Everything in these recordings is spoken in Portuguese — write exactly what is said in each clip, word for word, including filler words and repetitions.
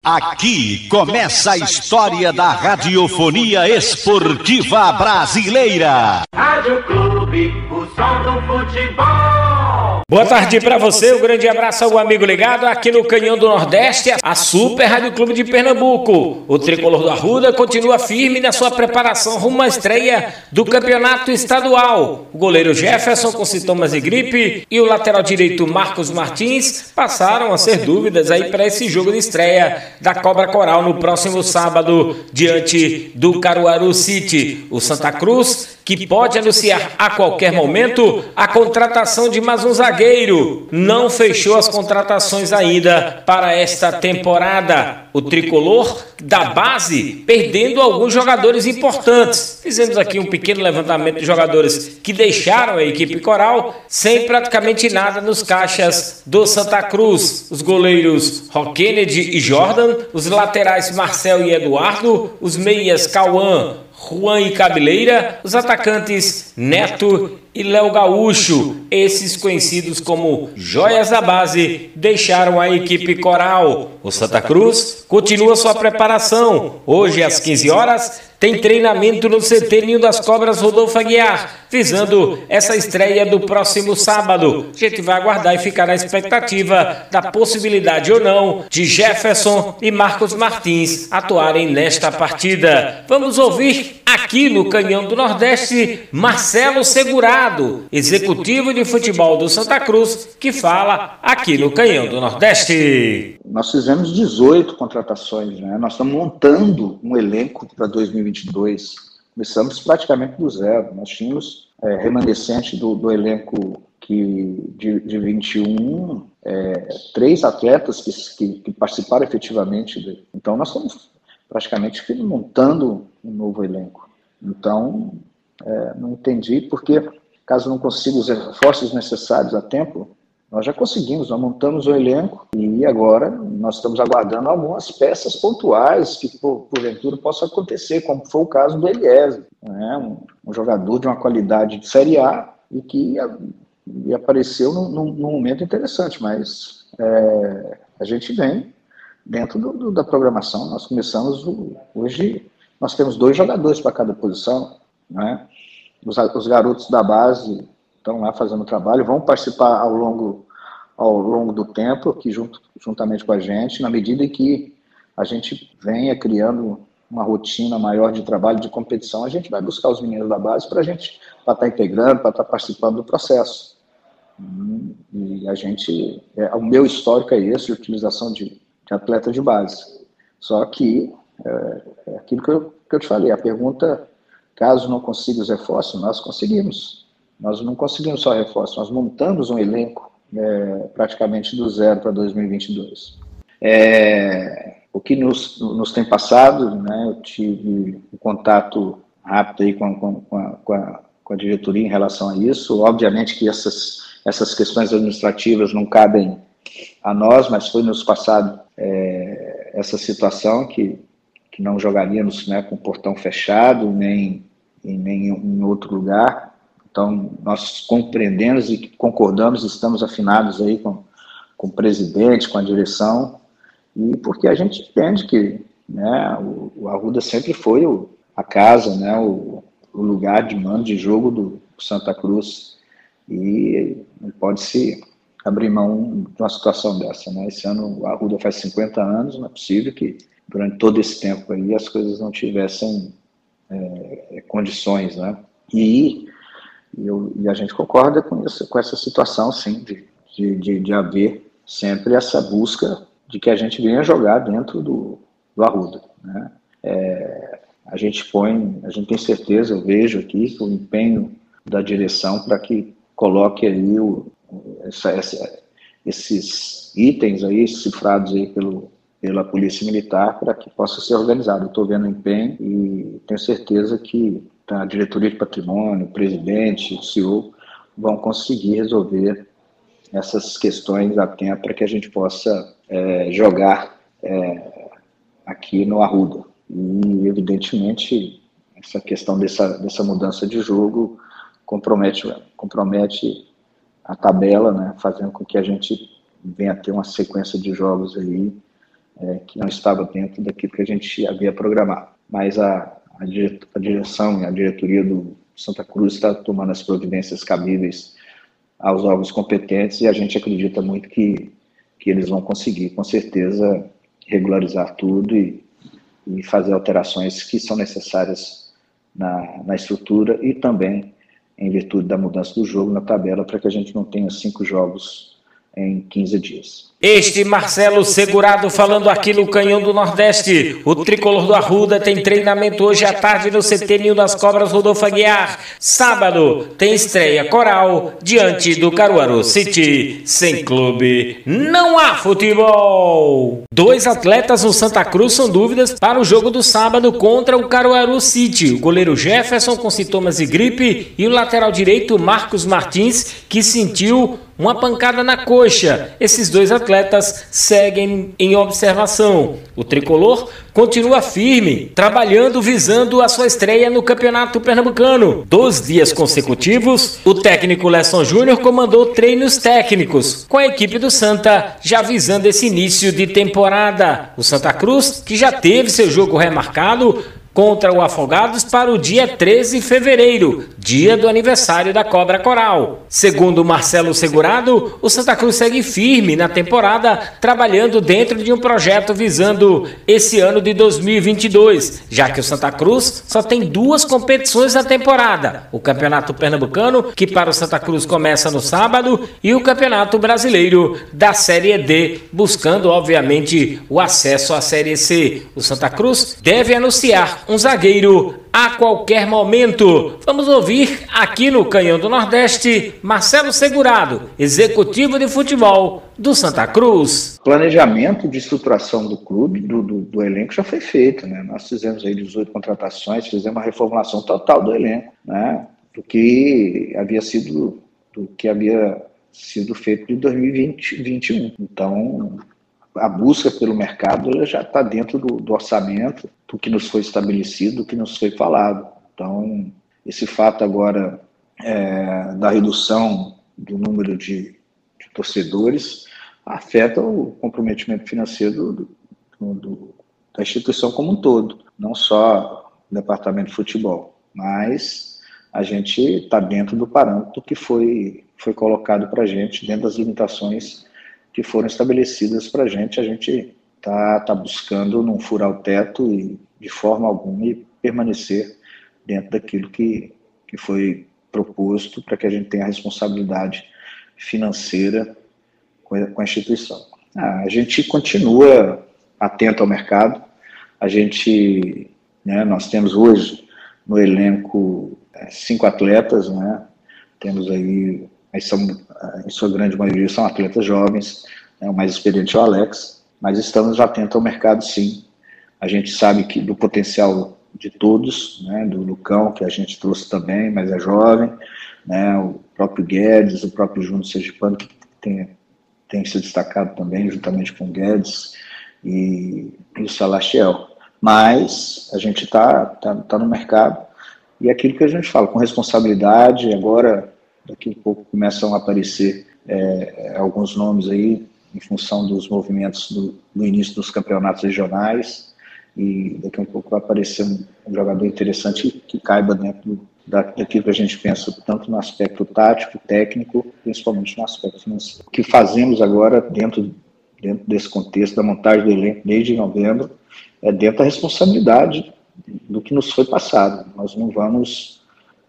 Aqui começa a história da radiofonia esportiva brasileira. Rádio Clube, o som do futebol. Boa tarde para você, um grande abraço ao amigo ligado aqui no Canhão do Nordeste, a Super Rádio Clube de Pernambuco. O tricolor do Arruda continua firme na sua preparação rumo à estreia do campeonato estadual. O goleiro Jefferson com sintomas de gripe e o lateral direito Marcos Martins passaram a ser dúvidas aí para esse jogo de estreia da Cobra Coral no próximo sábado diante do Caruaru City. O Santa Cruz, que pode anunciar a qualquer momento a contratação de mais um zagueiro, não fechou as contratações ainda para esta temporada. O tricolor da base perdendo alguns jogadores importantes. Fizemos aqui um pequeno levantamento de jogadores que deixaram a equipe coral sem praticamente nada nos caixas do Santa Cruz. Os goleiros Rock Kennedy e Jordan, os laterais Marcel e Eduardo, os meias Cauã, Juan e Cabeleira, os atacantes Neto e Léo Gaúcho, esses conhecidos como joias da base, deixaram a equipe coral. O Santa Cruz continua sua preparação. Hoje, às quinze horas, tem treinamento no C T Ninho das Cobras Rodolfo Aguiar, visando essa estreia do próximo sábado. A gente vai aguardar e ficar na expectativa da possibilidade ou não de Jefferson e Marcos Martins atuarem nesta partida. Vamos ouvir aqui no Canhão do Nordeste Marcelo Segurado, executivo de futebol do Santa Cruz, que fala aqui no Canhão do Nordeste. Nós fizemos dezoito contratações, né? Nós estamos montando um elenco para dois mil e vinte e dois. Começamos praticamente do zero. Nós tínhamos é, remanescente do, do elenco que, de, de vinte e um, é, três atletas que, que, que participaram efetivamente. De, então, nós estamos praticamente montando um novo elenco. Então, é, não entendi porque, caso não consiga os reforços necessários a tempo, nós já conseguimos, nós montamos o elenco e agora nós estamos aguardando algumas peças pontuais que, por, porventura, possa acontecer, como foi o caso do Eliezer, né? um, um jogador de uma qualidade de Série A e que a, e apareceu num, num, num momento interessante, mas é, a gente vem dentro do, do, da programação. Nós começamos, o, hoje nós temos dois jogadores para cada posição, né? os, os garotos da base estão lá fazendo trabalho, vão participar ao longo, ao longo do tempo, aqui junto, juntamente com a gente, na medida em que a gente venha criando uma rotina maior de trabalho, de competição, a gente vai buscar os meninos da base para a gente para estar integrando, para estar participando do processo. E a gente, é, o meu histórico é esse, de utilização de, de atleta de base. Só que, é, é aquilo que eu, que eu te falei, a pergunta, caso não consiga os reforços, nós conseguimos. Nós não conseguimos só reforço, nós montamos um elenco é, praticamente do zero para dois mil e vinte e dois. É, o que nos, nos tem passado, né, eu tive um contato rápido aí com, com, com, a, com, a, com a diretoria em relação a isso. Obviamente que essas, essas questões administrativas não cabem a nós, mas foi nos passado é, essa situação que, que não jogaríamos, né, com o portão fechado, nem em nenhum outro lugar. Então, nós compreendemos e concordamos, estamos afinados aí com, com o presidente, com a direção, e porque a gente entende que, né, o, o Arruda sempre foi o, a casa, né, o, o lugar de mando de jogo do Santa Cruz, e não pode se abrir mão de uma situação dessa, né? Esse ano o Arruda faz cinquenta anos, não é possível que durante todo esse tempo aí as coisas não tivessem é, condições, né? E E, eu, e a gente concorda com, isso, com essa situação, sim, de, de, de, de haver sempre essa busca de que a gente venha jogar dentro do, do Arruda, né? É, a gente põe, a gente tem certeza, eu vejo aqui, o empenho da direção para que coloque aí o, essa, essa, esses itens aí, cifrados aí pelo, pela Polícia Militar, para que possa ser organizado. Eu estou vendo o empenho e tenho certeza que a diretoria de patrimônio, o presidente, o C E O vão conseguir resolver essas questões a tempo para que a gente possa é, jogar é, aqui no Arruda. E, evidentemente, essa questão dessa, dessa mudança de jogo compromete, compromete a tabela, né, fazendo com que a gente venha a ter uma sequência de jogos aí é, que não estava dentro daquilo que a gente havia programado. Mas a, a, dire, a direção e a diretoria do Santa Cruz está tomando as providências cabíveis aos órgãos competentes e a gente acredita muito que, que eles vão conseguir, com certeza, regularizar tudo e, e fazer alterações que são necessárias na, na estrutura e também em virtude da mudança do jogo na tabela, para que a gente não tenha cinco jogos em quinze dias. Este Marcelo Segurado falando aqui no Canhão do Nordeste. O tricolor do Arruda tem treinamento hoje à tarde no C T Ninho das Cobras Rodolfo Aguiar. Sábado tem estreia coral diante do Caruaru City. Sem clube não há futebol. Dois atletas no Santa Cruz são dúvidas para o jogo do sábado contra o Caruaru City. O goleiro Jefferson com sintomas de gripe e o lateral direito Marcos Martins, que sentiu uma pancada na coxa. Esses dois atletas seguem em observação. O tricolor continua firme, trabalhando visando a sua estreia no Campeonato Pernambucano. Dois dias consecutivos, o técnico Lesson Júnior comandou treinos técnicos com a equipe do Santa, já visando esse início de temporada. O Santa Cruz, que já teve seu jogo remarcado contra o Afogados para o dia treze de fevereiro, dia do aniversário da Cobra Coral. Segundo Marcelo Segurado, o Santa Cruz segue firme na temporada, trabalhando dentro de um projeto visando esse ano de dois mil e vinte e dois, já que o Santa Cruz só tem duas competições na temporada: o Campeonato Pernambucano, que para o Santa Cruz começa no sábado, e o Campeonato Brasileiro da Série D, buscando obviamente o acesso à Série C. O Santa Cruz deve anunciar um zagueiro a qualquer momento. Vamos ouvir aqui no Canhão do Nordeste Marcelo Segurado, executivo de futebol do Santa Cruz. O planejamento de estruturação do clube, do, do, do elenco, já foi feito, né? Nós fizemos aí dezoito contratações, fizemos uma reformulação total do elenco, né? Do que havia sido, do que havia sido feito de dois mil e vinte, vinte e um. Então, a busca pelo mercado ela já está dentro do, do orçamento, do que nos foi estabelecido, do que nos foi falado. Então, esse fato agora é, da redução do número de, de torcedores afeta o comprometimento financeiro do, do, do, da instituição como um todo, não só o departamento de futebol, mas a gente está dentro do parâmetro que foi, foi colocado para a gente, dentro das limitações que foram estabelecidas para a gente. A gente está tá buscando não furar o teto e, de forma alguma, e permanecer dentro daquilo que, que foi proposto para que a gente tenha a responsabilidade financeira com a, com a instituição. Ah, a gente continua atento ao mercado. A gente, né, nós temos hoje no elenco é, cinco atletas, né? Temos aí, aí são, em sua grande maioria são atletas jovens, né? O mais experiente é o Alex, mas estamos atentos ao mercado, sim. A gente sabe que do potencial de todos, né? Do Lucão, que a gente trouxe também, mas é jovem, né? O próprio Guedes, o próprio Júnior Sergipano, que tem, tem se destacado também, juntamente com o Guedes e, e o Salastiel. Mas a gente está tá, tá no mercado, e aquilo que a gente fala, com responsabilidade. Agora, daqui a pouco começam a aparecer é, alguns nomes aí, em função dos movimentos do, do início dos campeonatos regionais, e daqui a pouco vai aparecer um, um jogador interessante que, que caiba dentro do, da, daquilo que a gente pensa, tanto no aspecto tático, técnico, principalmente no aspecto financeiro. O que fazemos agora, dentro, dentro desse contexto da montagem do elenco desde novembro, é dentro da responsabilidade do que nos foi passado. Nós não vamos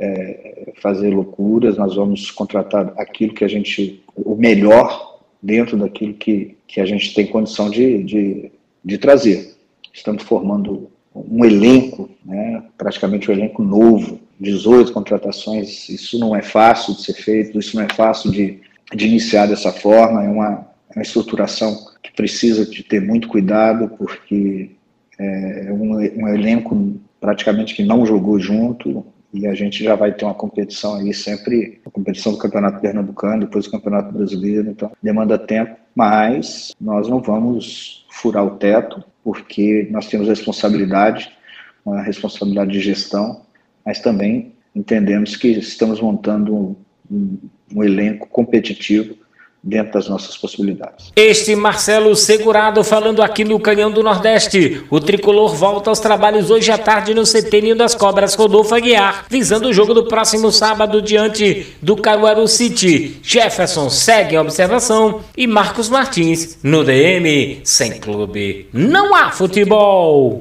é, fazer loucuras, nós vamos contratar aquilo que a gente, o melhor dentro daquilo que, que a gente tem condição de, de, de trazer. Estamos formando um elenco, né, praticamente um elenco novo, dezoito contratações. Isso não é fácil de ser feito, isso não é fácil de, de iniciar dessa forma. É uma, é uma estruturação que precisa de ter muito cuidado, porque é um, um elenco praticamente que não jogou junto, e a gente já vai ter uma competição aí sempre, a competição do Campeonato Pernambucano, depois do Campeonato Brasileiro, então demanda tempo, mas nós não vamos furar o teto, porque nós temos responsabilidade, uma responsabilidade de gestão, mas também entendemos que estamos montando um, um, um elenco competitivo dentro das nossas possibilidades. Este Marcelo Segurado falando aqui no Canhão do Nordeste. O tricolor volta aos trabalhos hoje à tarde no C T Ninho das Cobras Rodolfo Aguiar, visando o jogo do próximo sábado diante do Caruaru City. Jefferson segue em observação e Marcos Martins no D M. Sem clube não há futebol.